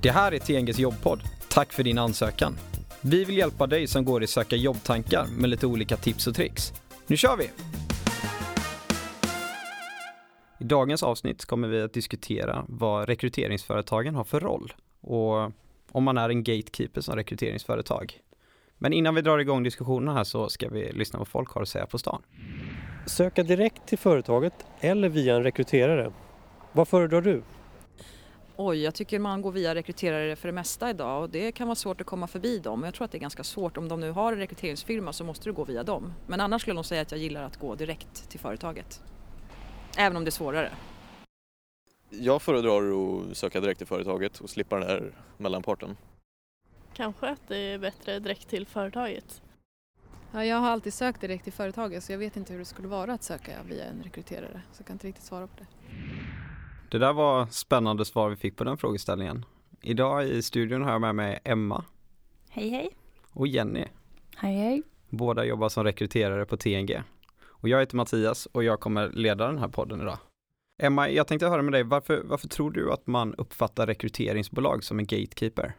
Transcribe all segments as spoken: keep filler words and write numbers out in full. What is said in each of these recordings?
Det här är T N G:s jobbpodd. Tack för din ansökan. Vi vill hjälpa dig som går i söka jobbtankar med lite olika tips och tricks. Nu kör vi! I dagens avsnitt kommer vi att diskutera vad rekryteringsföretagen har för roll och om man är en gatekeeper som rekryteringsföretag. Men innan vi drar igång diskussionen här så ska vi lyssna på vad folk har att säga på stan. Söka direkt till företaget eller via en rekryterare. Vad föredrar du? Oj, jag tycker man går via rekryterare för det mesta idag och det kan vara svårt att komma förbi dem. Jag tror att det är ganska svårt. Om de nu har en rekryteringsfirma så måste du gå via dem. Men annars skulle jag nog säga att jag gillar att gå direkt till företaget. Även om det är svårare. Jag föredrar att söka direkt till företaget och slippa den här mellanparten. Kanske att det är bättre direkt till företaget. Ja, jag har alltid sökt direkt till företaget så jag vet inte hur det skulle vara att söka via en rekryterare. Så jag kan inte riktigt svara på det. Det där var spännande svar vi fick på den frågeställningen. Idag i studion har jag med mig Emma. Hej hej. Och Jenny. Hej hej. Båda jobbar som rekryterare på T N G. Och jag heter Mattias och jag kommer leda den här podden idag. Emma, jag tänkte höra med dig, varför, varför tror du att man uppfattar rekryteringsbolag som en gatekeeper?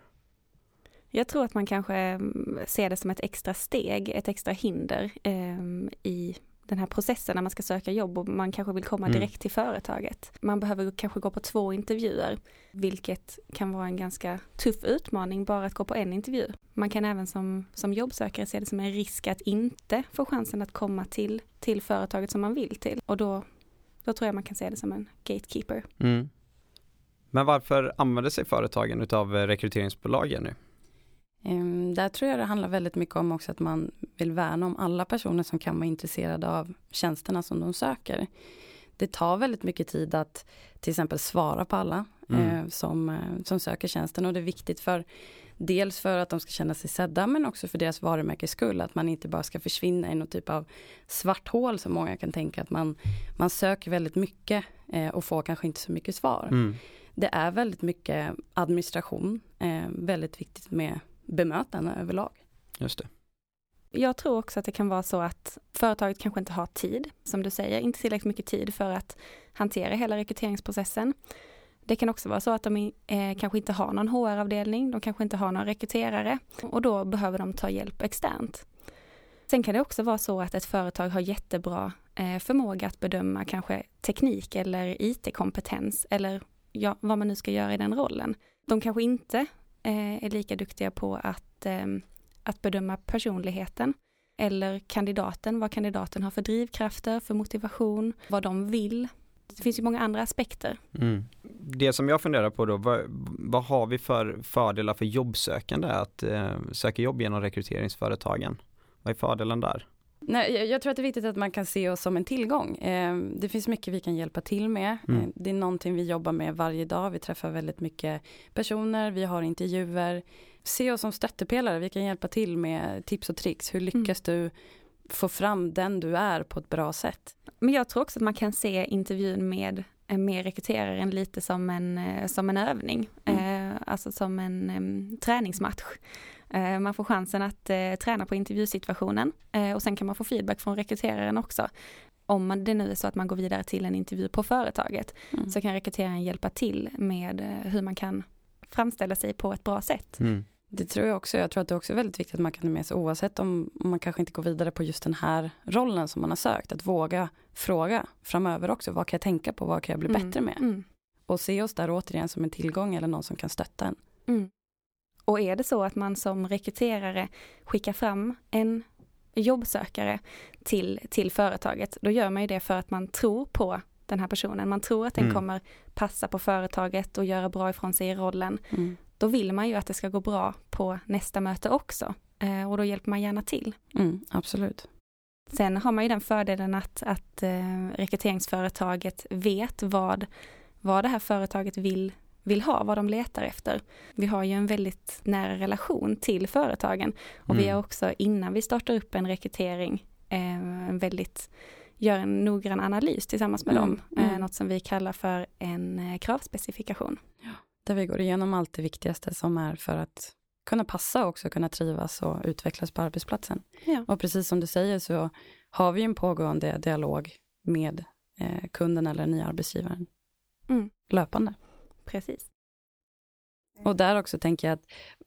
Jag tror att man kanske ser det som ett extra steg, ett extra hinder eh, i den här processen när man ska söka jobb och man kanske vill komma direkt mm. till företaget. Man behöver kanske gå på två intervjuer, vilket kan vara en ganska tuff utmaning bara att gå på en intervju. Man kan även som, som jobbsökare se det som en risk att inte få chansen att komma till, till företaget som man vill till. Och då, då tror jag man kan se det som en gatekeeper. Mm. Men varför använder sig företagen utav rekryteringsbolagen nu? Um, där tror jag det handlar väldigt mycket om också att man vill värna om alla personer som kan vara intresserade av tjänsterna som de söker. Det tar väldigt mycket tid att till exempel svara på alla mm. eh, som, eh, som söker tjänsten och det är viktigt för dels för att de ska känna sig sedda men också för deras varumärkes skull att man inte bara ska försvinna i någon typ av svart hål som många kan tänka att man, man söker väldigt mycket eh, och får kanske inte så mycket svar. Mm. Det är väldigt mycket administration, eh, väldigt viktigt med bemötande överlag. Just det. Jag tror också att det kan vara så att företaget kanske inte har tid, som du säger, inte tillräckligt mycket tid för att hantera hela rekryteringsprocessen. Det kan också vara så att de eh, kanske inte har någon H R-avdelning, de kanske inte har någon rekryterare och då behöver de ta hjälp externt. Sen kan det också vara så att ett företag har jättebra eh, förmåga att bedöma kanske teknik eller I T-kompetens eller ja, vad man nu ska göra i den rollen. De kanske inte är lika duktiga på att, eh, att bedöma personligheten eller kandidaten, vad kandidaten har för drivkrafter, för motivation, vad de vill. Det finns ju många andra aspekter. Mm. Det som jag funderar på då, vad, vad har vi för fördelar för jobbsökande att eh, söka jobb genom rekryteringsföretagen? Vad är fördelen där? Nej, jag, jag tror att det är viktigt att man kan se oss som en tillgång. Eh, det finns mycket vi kan hjälpa till med. Mm. Eh, det är någonting vi jobbar med varje dag. Vi träffar väldigt mycket personer. Vi har intervjuer. Se oss som stöttepelare. Vi kan hjälpa till med tips och tricks. Hur lyckas mm. du få fram den du är på ett bra sätt? Men jag tror också att man kan se intervjun med, med rekryteraren lite som en, som en övning. Mm. Eh, alltså som en um, träningsmatch. Man får chansen att eh, träna på intervjusituationen eh, och sen kan man få feedback från rekryteraren också. Om man, det nu är så att man går vidare till en intervju på företaget mm. så kan rekryteraren hjälpa till med eh, hur man kan framställa sig på ett bra sätt. Mm. Det tror jag också. Jag tror att det är också väldigt viktigt att man kan ha med sig oavsett om, om man kanske inte går vidare på just den här rollen som man har sökt. Att våga fråga framöver också. Vad kan jag tänka på? Vad kan jag bli mm. bättre med? Mm. Och se oss där återigen som en tillgång eller någon som kan stötta en. Mm. Och är det så att man som rekryterare skickar fram en jobbsökare till, till företaget, då gör man ju det för att man tror på den här personen. Man tror att den mm. kommer passa på företaget och göra bra ifrån sig i rollen. Mm. Då vill man ju att det ska gå bra på nästa möte också. Eh, och då hjälper man gärna till. Mm, absolut. Sen har man ju den fördelen att, att eh, rekryteringsföretaget vet vad, vad det här företaget vill vill ha, vad de letar efter. Vi har ju en väldigt nära relation till företagen och mm. vi har också innan vi startar upp en rekrytering eh, en väldigt, gör en noggrann analys tillsammans med mm. dem. Eh, mm. Något som vi kallar för en eh, kravspecifikation. Ja, där vi går igenom allt det viktigaste som är för att kunna passa och också kunna trivas och utvecklas på arbetsplatsen. Ja. Och precis som du säger så har vi en pågående dialog med eh, kunden eller nya arbetsgivaren. Mm. Löpande. Precis. Och där också tänker jag att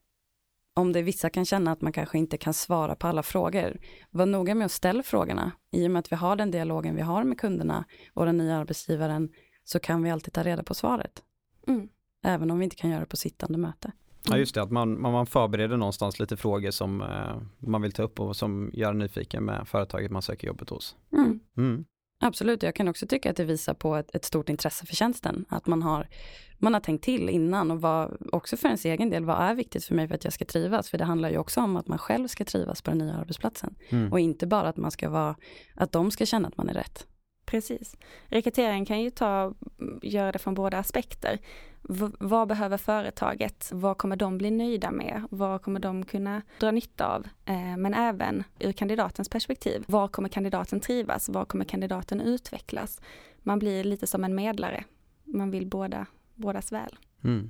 om det vissa kan känna att man kanske inte kan svara på alla frågor, var noga med att ställa frågorna. I och med att vi har den dialogen vi har med kunderna och den nya arbetsgivaren, så kan vi alltid ta reda på svaret. Mm. Även om vi inte kan göra det på sittande möte. Ja just det, att man, man förbereder någonstans lite frågor som eh, man vill ta upp och som gör nyfiken med företaget man söker jobbet hos. Mm. Mm. Absolut, jag kan också tycka att det visar på ett, ett stort intresse för tjänsten. Att man har, man har tänkt till innan och vad, också för ens egen del, vad är viktigt för mig för att jag ska trivas? För det handlar ju också om att man själv ska trivas på den nya arbetsplatsen. Mm. Och inte bara att man ska vara, att de ska känna att man är rätt. Precis. Rekrytering kan ju ta, göra det från båda aspekter. V- vad behöver företaget? Vad kommer de bli nöjda med? Vad kommer de kunna dra nytta av? Eh, men även ur kandidatens perspektiv. Var kommer kandidaten trivas? Var kommer kandidaten utvecklas? Man blir lite som en medlare. Man vill båda, bådas väl. Mm.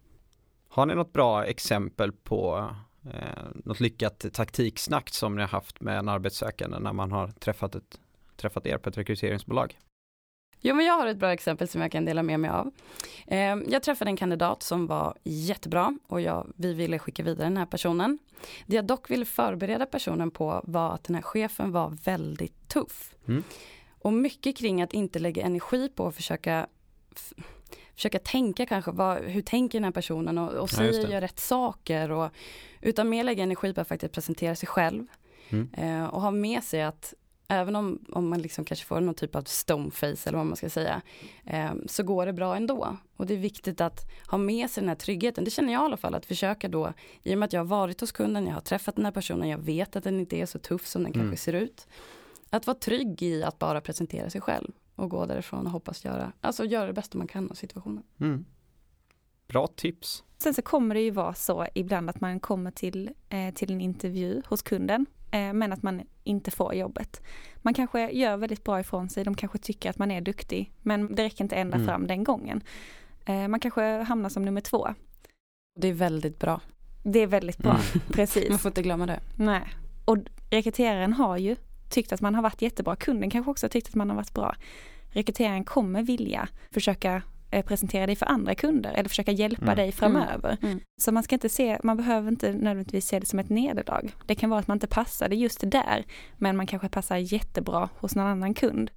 Har ni något bra exempel på eh, något lyckat taktiksnack som ni har haft med en arbetssökande när man har träffat ett träffat er på ett rekryteringsbolag? Jo, men jag har ett bra exempel som jag kan dela med mig av. Eh, jag träffade en kandidat som var jättebra och jag, vi ville skicka vidare den här personen. Det jag dock ville förbereda personen på var att den här chefen var väldigt tuff. Mm. Och mycket kring att inte lägga energi på att försöka f- försöka tänka kanske, vad, hur tänker den här personen och, och säger ja, gör rätt saker. Och, utan mer lägga energi på att faktiskt presentera sig själv. Mm. Eh, och ha med sig att även om, om man liksom kanske får någon typ av stoneface eller vad man ska säga, eh, så går det bra ändå. Och det är viktigt att ha med sig den här tryggheten. Det känner jag i alla fall, att försöka då, i och med att jag har varit hos kunden, jag har träffat den här personen, jag vet att den inte är så tuff som den mm. kanske ser ut. Att vara trygg i att bara presentera sig själv och gå därifrån och hoppas göra, alltså göra det bästa man kan av situationen. Mm. Bra tips. Sen så kommer det ju vara så ibland att man kommer till, eh, till en intervju hos kunden, eh, men att man inte får jobbet. Man kanske gör väldigt bra ifrån sig, de kanske tycker att man är duktig, men det räcker inte ända mm. fram den gången. Eh, man kanske hamnar som nummer två. Det är väldigt bra. Det är väldigt bra, mm. precis. Man får inte glömma det. Nej, och rekryteraren har ju tyckt att man har varit jättebra. Kunden kanske också tyckt att man har varit bra. Rekryteraren kommer vilja försöka presentera dig för andra kunder eller försöka hjälpa mm. dig framöver. Mm. Mm. Så man ska inte se, man behöver inte nödvändigtvis se det som ett nederlag. Det kan vara att man inte passar det just där, men man kanske passar jättebra hos någon annan kund.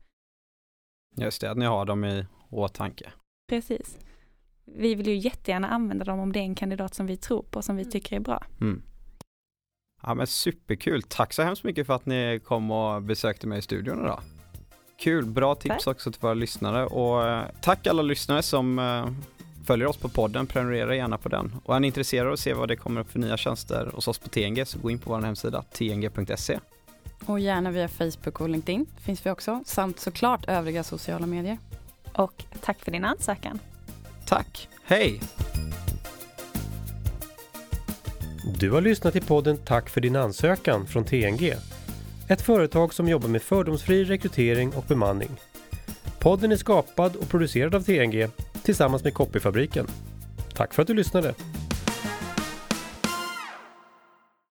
Just det, att ni har dem i åtanke. Precis. Vi vill ju jättegärna använda dem om det är en kandidat som vi tror på, som vi tycker är bra. Mm. Ja, men superkul. Tack så hemskt mycket för att ni kom och besökte mig i studion idag. Kul, bra tips tack. Också till våra lyssnare. Och tack alla lyssnare som uh, följer oss på podden. Prenumerera gärna på den. Och är ni intresserade av att se vad det kommer för nya tjänster hos oss på T N G, så gå in på vår hemsida t n g punkt s e. Och gärna via Facebook och LinkedIn finns vi också. Samt såklart övriga sociala medier. Och tack för din ansökan. Tack, hej! Du har lyssnat till podden Tack för din ansökan från T N G. Ett företag som jobbar med fördomsfri rekrytering och bemanning. Podden är skapad och producerad av T N G tillsammans med Copyfabriken. Tack för att du lyssnade!